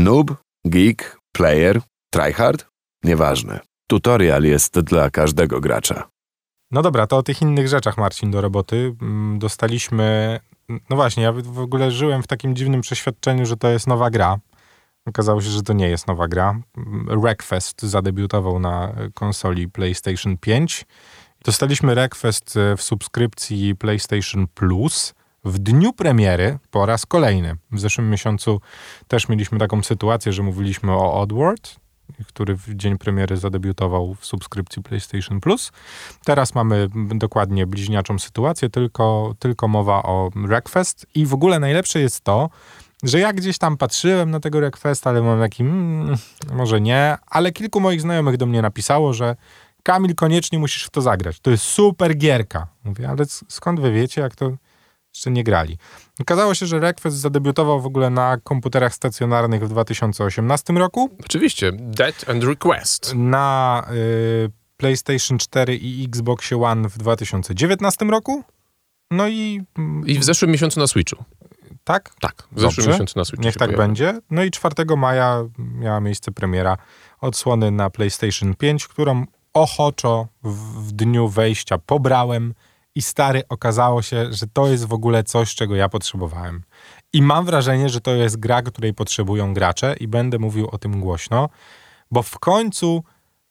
Noob, geek, player, tryhard? Nieważne. Tutorial jest dla każdego gracza. No dobra, to o tych innych rzeczach, Marcin, do roboty. Dostaliśmy... No właśnie, ja w ogóle żyłem w takim dziwnym przeświadczeniu, że to jest nowa gra. Okazało się, że to nie jest nowa gra. Wreckfest zadebiutował na konsoli PlayStation 5. Dostaliśmy Wreckfest w subskrypcji PlayStation Plus w dniu premiery po raz kolejny. W zeszłym miesiącu też mieliśmy taką sytuację, że mówiliśmy o Oddworld, który w dzień premiery zadebiutował w subskrypcji PlayStation Plus. Teraz mamy dokładnie bliźniaczą sytuację, tylko mowa o Wreckfest. I w ogóle najlepsze jest to, że ja gdzieś tam patrzyłem na tego Wreckfesta, ale mam taki, może nie, ale kilku moich znajomych do mnie napisało, że Kamil, koniecznie musisz w to zagrać. To jest super gierka. Mówię, ale skąd wy wiecie, jak to jeszcze nie grali? Okazało się, że Wreckfest zadebiutował w ogóle na komputerach stacjonarnych w 2018 roku. Oczywiście, Death and Request. Na PlayStation 4 i Xbox One w 2019 roku. No i w zeszłym miesiącu na Switchu. Tak? Tak, w zeszłym miesiącu na Switchu. Niech tak będzie. No i 4 maja miała miejsce premiera odsłony na PlayStation 5, którą ochoczo w dniu wejścia pobrałem i stary, okazało się, że to jest w ogóle coś, czego ja potrzebowałem. I mam wrażenie, że to jest gra, której potrzebują gracze i będę mówił o tym głośno, bo w końcu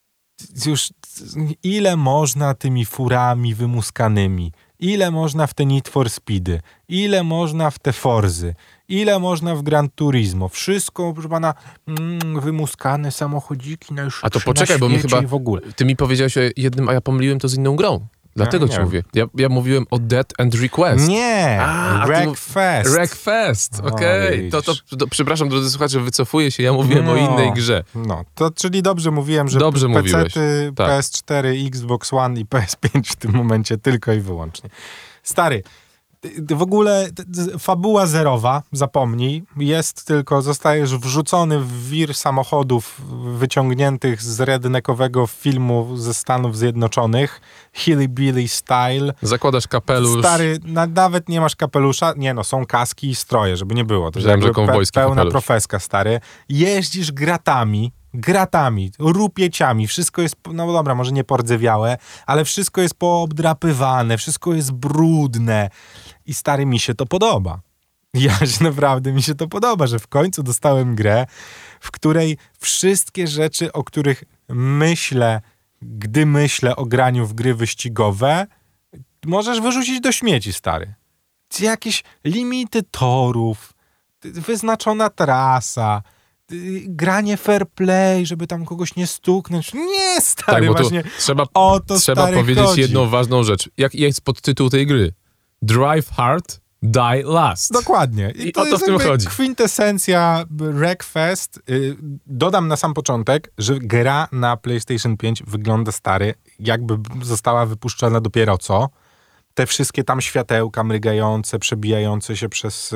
już ile można tymi furami wymuskanymi, ile można w te Need for Speedy, ile można w te Forzy, ile można w Gran Turismo. Wszystko, proszę pana, wymuskane samochodziki najszybsze. A to poczekaj, bo my chyba, w ogóle. Ty mi powiedziałeś o jednym, a ja pomyliłem to z inną grą. Dlatego ci mówię. Ja mówiłem o Death and Request. Nie, Wreckfest. Wreckfest, okej. To przepraszam, drodzy słuchacze, wycofuję się, ja mówiłem o innej grze. No, to czyli dobrze mówiłem, że PC-ty, tak. PS4, Xbox One i PS5 w tym momencie tylko i wyłącznie. Stary, w ogóle fabuła zerowa, zapomnij, jest tylko, zostajesz wrzucony w wir samochodów wyciągniętych z redneckowego filmu ze Stanów Zjednoczonych, Hillbilly Style. Zakładasz kapelusz. Stary, nawet nie masz kapelusza, nie no, są kaski i stroje, żeby nie było. To Myślałem, że kowbojski pełna kapelusz. profeska, stary. Jeździsz gratami, rupieciami, wszystko jest, no dobra, może nie pordzewiałe, ale wszystko jest poobdrapywane, wszystko jest brudne i stary, mi się to podoba. Naprawdę mi się to podoba, że w końcu dostałem grę, w której wszystkie rzeczy, o których myślę, gdy myślę o graniu w gry wyścigowe, możesz wyrzucić do śmieci, stary. Jakieś limity torów, wyznaczona trasa, granie fair play, żeby tam kogoś nie stuknąć. Nie, stary, tak, bo właśnie trzeba stary, powiedzieć chodzi. jedną ważną rzecz. Jak jest podtytuł tej gry? Drive hard, die last. Dokładnie. I o to w tym chodzi. Kwintesencja Wreckfest. Dodam na sam początek, że gra na PlayStation 5 wygląda, stary, jakby została wypuszczona dopiero co. Te wszystkie tam światełka mrygające, przebijające się przez,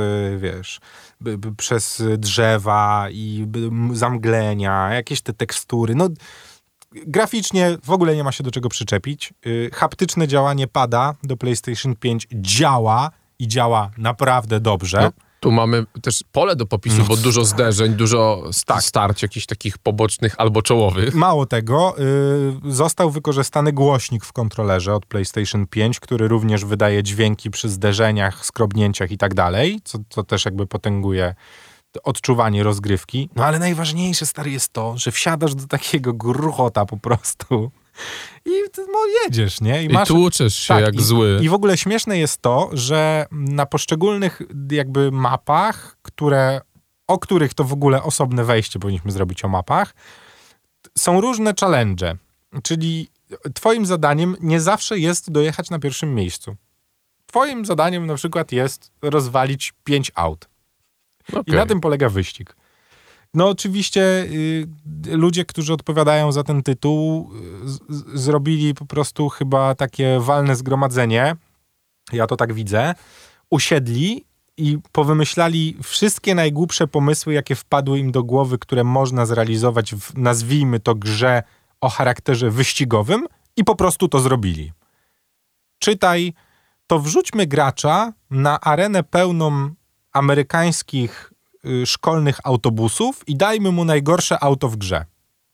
przez drzewa i zamglenia, jakieś te tekstury. No, graficznie w ogóle nie ma się do czego przyczepić. Haptyczne działanie pada do PlayStation 5, działa i działa naprawdę dobrze. No, tu mamy też pole do popisu, bo dużo zderzeń, dużo starć jakichś takich pobocznych albo czołowych. Mało tego, został wykorzystany głośnik w kontrolerze od PlayStation 5, który również wydaje dźwięki przy zderzeniach, skrobnięciach i tak dalej, co też jakby potęguje odczuwanie rozgrywki. No ale najważniejsze, stary, jest to, że wsiadasz do takiego gruchota po prostu i jedziesz, nie? I tłuczesz się jak zły. I w ogóle śmieszne jest to, że na poszczególnych jakby mapach, o których to w ogóle osobne wejście powinniśmy zrobić o mapach, są różne challenge. Czyli twoim zadaniem nie zawsze jest dojechać na pierwszym miejscu. Twoim zadaniem na przykład jest rozwalić 5 aut. Okay. I na tym polega wyścig. No oczywiście ludzie, którzy odpowiadają za ten tytuł, zrobili po prostu chyba takie walne zgromadzenie, ja to tak widzę, usiedli i powymyślali wszystkie najgłupsze pomysły, jakie wpadły im do głowy, które można zrealizować w, nazwijmy to, grze o charakterze wyścigowym i po prostu to zrobili. Czytaj, to wrzućmy gracza na arenę pełną amerykańskich szkolnych autobusów i dajmy mu najgorsze auto w grze.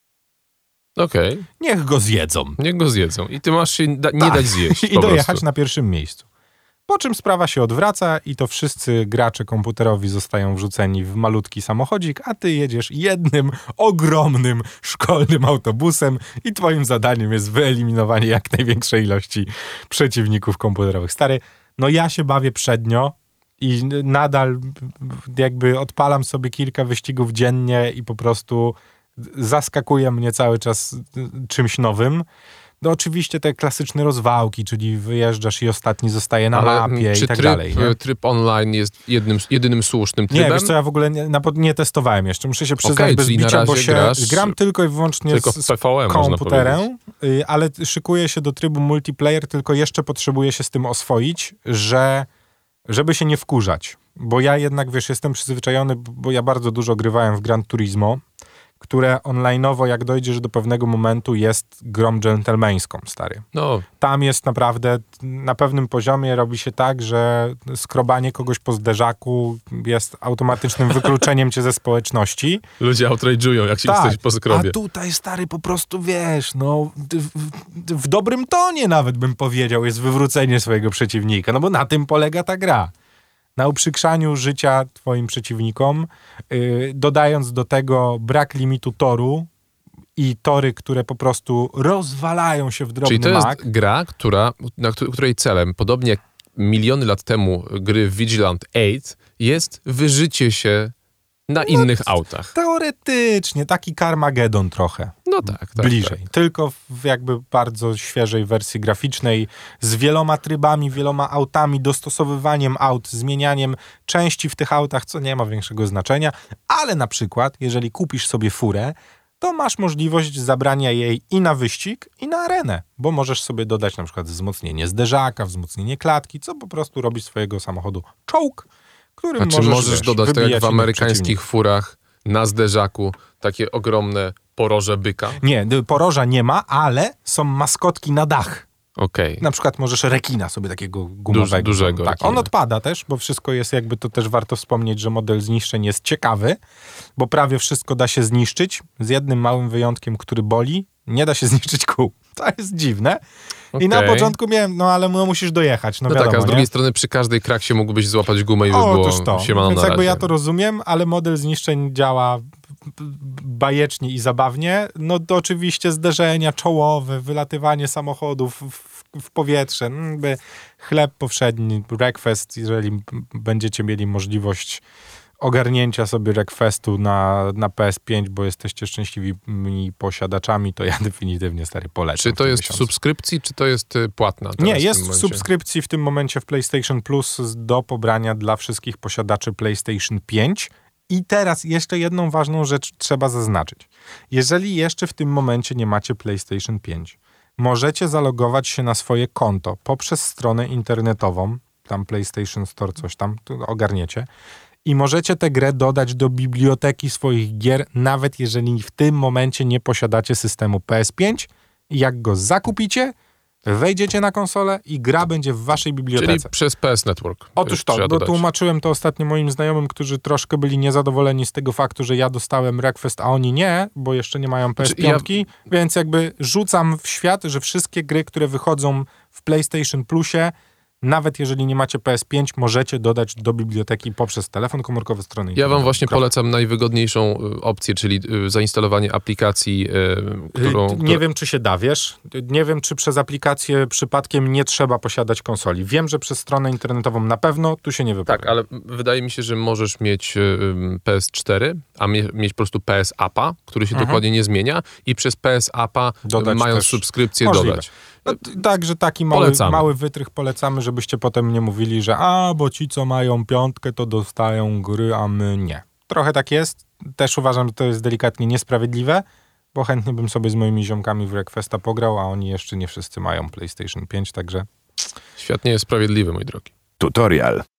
Okej. Niech go zjedzą. Niech go zjedzą. I ty masz się nie dać zjeść. I dojechać na pierwszym miejscu. Po czym sprawa się odwraca i to wszyscy gracze komputerowi zostają wrzuceni w malutki samochodzik, a ty jedziesz jednym ogromnym szkolnym autobusem i twoim zadaniem jest wyeliminowanie jak największej ilości przeciwników komputerowych. Stary, no ja się bawię przednio i nadal jakby odpalam sobie kilka wyścigów dziennie i po prostu zaskakuje mnie cały czas czymś nowym. No oczywiście te klasyczne rozwałki, czyli wyjeżdżasz i ostatni zostaje na mapie i tak dalej. Czy tryb online jest jedynym słusznym trybem? Nie, wiesz co, ja w ogóle nie testowałem jeszcze. Muszę się przyznać Okej, bez czyli na bicia, bo razie gram tylko i wyłącznie tylko z PvE, komputerem, ale szykuję się do trybu multiplayer, tylko jeszcze potrzebuję się z tym oswoić, żeby się nie wkurzać. Bo ja jednak, wiesz, jestem przyzwyczajony, bo ja bardzo dużo grywałem w Gran Turismo, które online'owo, jak dojdziesz do pewnego momentu, jest grą dżentelmeńską, stary. No. Tam jest naprawdę, na pewnym poziomie robi się tak, że skrobanie kogoś po zderzaku jest automatycznym wykluczeniem cię ze społeczności. Ludzie outrage'ują, jak się ktoś po skrobie. A tutaj, stary, po prostu, wiesz, no w dobrym tonie nawet bym powiedział, jest wywrócenie swojego przeciwnika, no bo na tym polega ta gra. Na uprzykrzaniu życia twoim przeciwnikom, dodając do tego brak limitu toru i tory, które po prostu rozwalają się w drobny Czyli to mak. jest gra, której celem, podobnie jak miliony lat temu gry Vigilant 8, jest wyżycie się na innych autach. Teoretycznie, taki Carmageddon trochę. No tak. Bliżej. Tak. Tylko w jakby bardzo świeżej wersji graficznej, z wieloma trybami, wieloma autami, dostosowywaniem aut, zmienianiem części w tych autach, co nie ma większego znaczenia, ale na przykład, jeżeli kupisz sobie furę, to masz możliwość zabrania jej i na wyścig, i na arenę, bo możesz sobie dodać na przykład wzmocnienie zderzaka, wzmocnienie klatki, co po prostu robi z swojego samochodu czołg, którym możesz dodać, tak jak w amerykańskich furach, na zderzaku, takie ogromne poroże byka? Nie, poroża nie ma, ale są maskotki na dach. Okej. Na przykład możesz rekina sobie takiego gumowego. Dużego tak, rekina. on odpada też, bo wszystko jest jakby, to też warto wspomnieć, że model zniszczeń jest ciekawy, bo prawie wszystko da się zniszczyć, z jednym małym wyjątkiem, który boli, nie da się zniszczyć kół. To jest dziwne. I na początku miałem, no ale musisz dojechać, no wiadomo, tak, a z drugiej nie? strony przy każdej kraksie mógłbyś złapać gumę i by Otóż było to. siemano Więc na jakby razie. ja to rozumiem, ale model zniszczeń działa bajecznie i zabawnie. No to oczywiście zderzenia czołowe, wylatywanie samochodów w powietrze. Jakby chleb powszedni, Wreckfest, jeżeli będziecie mieli możliwość ogarnięcia sobie Wreckfestu na PS5, bo jesteście szczęśliwymi posiadaczami, to ja definitywnie, stary, polecam. Czy to jest miesiącu. w subskrypcji, czy to jest płatna? Nie, jest w subskrypcji w tym momencie w PlayStation Plus do pobrania dla wszystkich posiadaczy PlayStation 5. I teraz jeszcze jedną ważną rzecz trzeba zaznaczyć. Jeżeli jeszcze w tym momencie nie macie PlayStation 5, możecie zalogować się na swoje konto poprzez stronę internetową, tam PlayStation Store, coś tam, tu ogarniecie, i możecie tę grę dodać do biblioteki swoich gier, nawet jeżeli w tym momencie nie posiadacie systemu PS5. I jak go zakupicie, wejdziecie na konsolę i gra będzie w waszej bibliotece. Czyli przez PS Network. Otóż to, bo tłumaczyłem to ostatnio moim znajomym, którzy troszkę byli niezadowoleni z tego faktu, że ja dostałem Wreckfest, a oni nie, bo jeszcze nie mają PS5, więc jakby rzucam w świat, że wszystkie gry, które wychodzą w PlayStation Plusie, nawet jeżeli nie macie PS5, możecie dodać do biblioteki poprzez telefon komórkowy, strony Ja wam właśnie polecam najwygodniejszą opcję, czyli zainstalowanie aplikacji, którą... Nie wiem, czy się da, wiesz? Nie wiem, czy przez aplikację przypadkiem nie trzeba posiadać konsoli. Wiem, że przez stronę internetową na pewno, tu się nie wypowiem. Tak, ale wydaje mi się, że możesz mieć PS4, a mieć po prostu PS Appa, który się dokładnie nie zmienia i przez PS Appa, mając subskrypcję, możliwe. dodać. No, także taki mały wytrych polecamy, żebyście potem nie mówili, że bo ci, co mają 5, to dostają gry, a my nie. Trochę tak jest. Też uważam, że to jest delikatnie niesprawiedliwe, bo chętnie bym sobie z moimi ziomkami w Wreckfesta pograł, a oni jeszcze nie wszyscy mają PlayStation 5, także... Świat nie jest sprawiedliwy, mój drogi. Tutorial.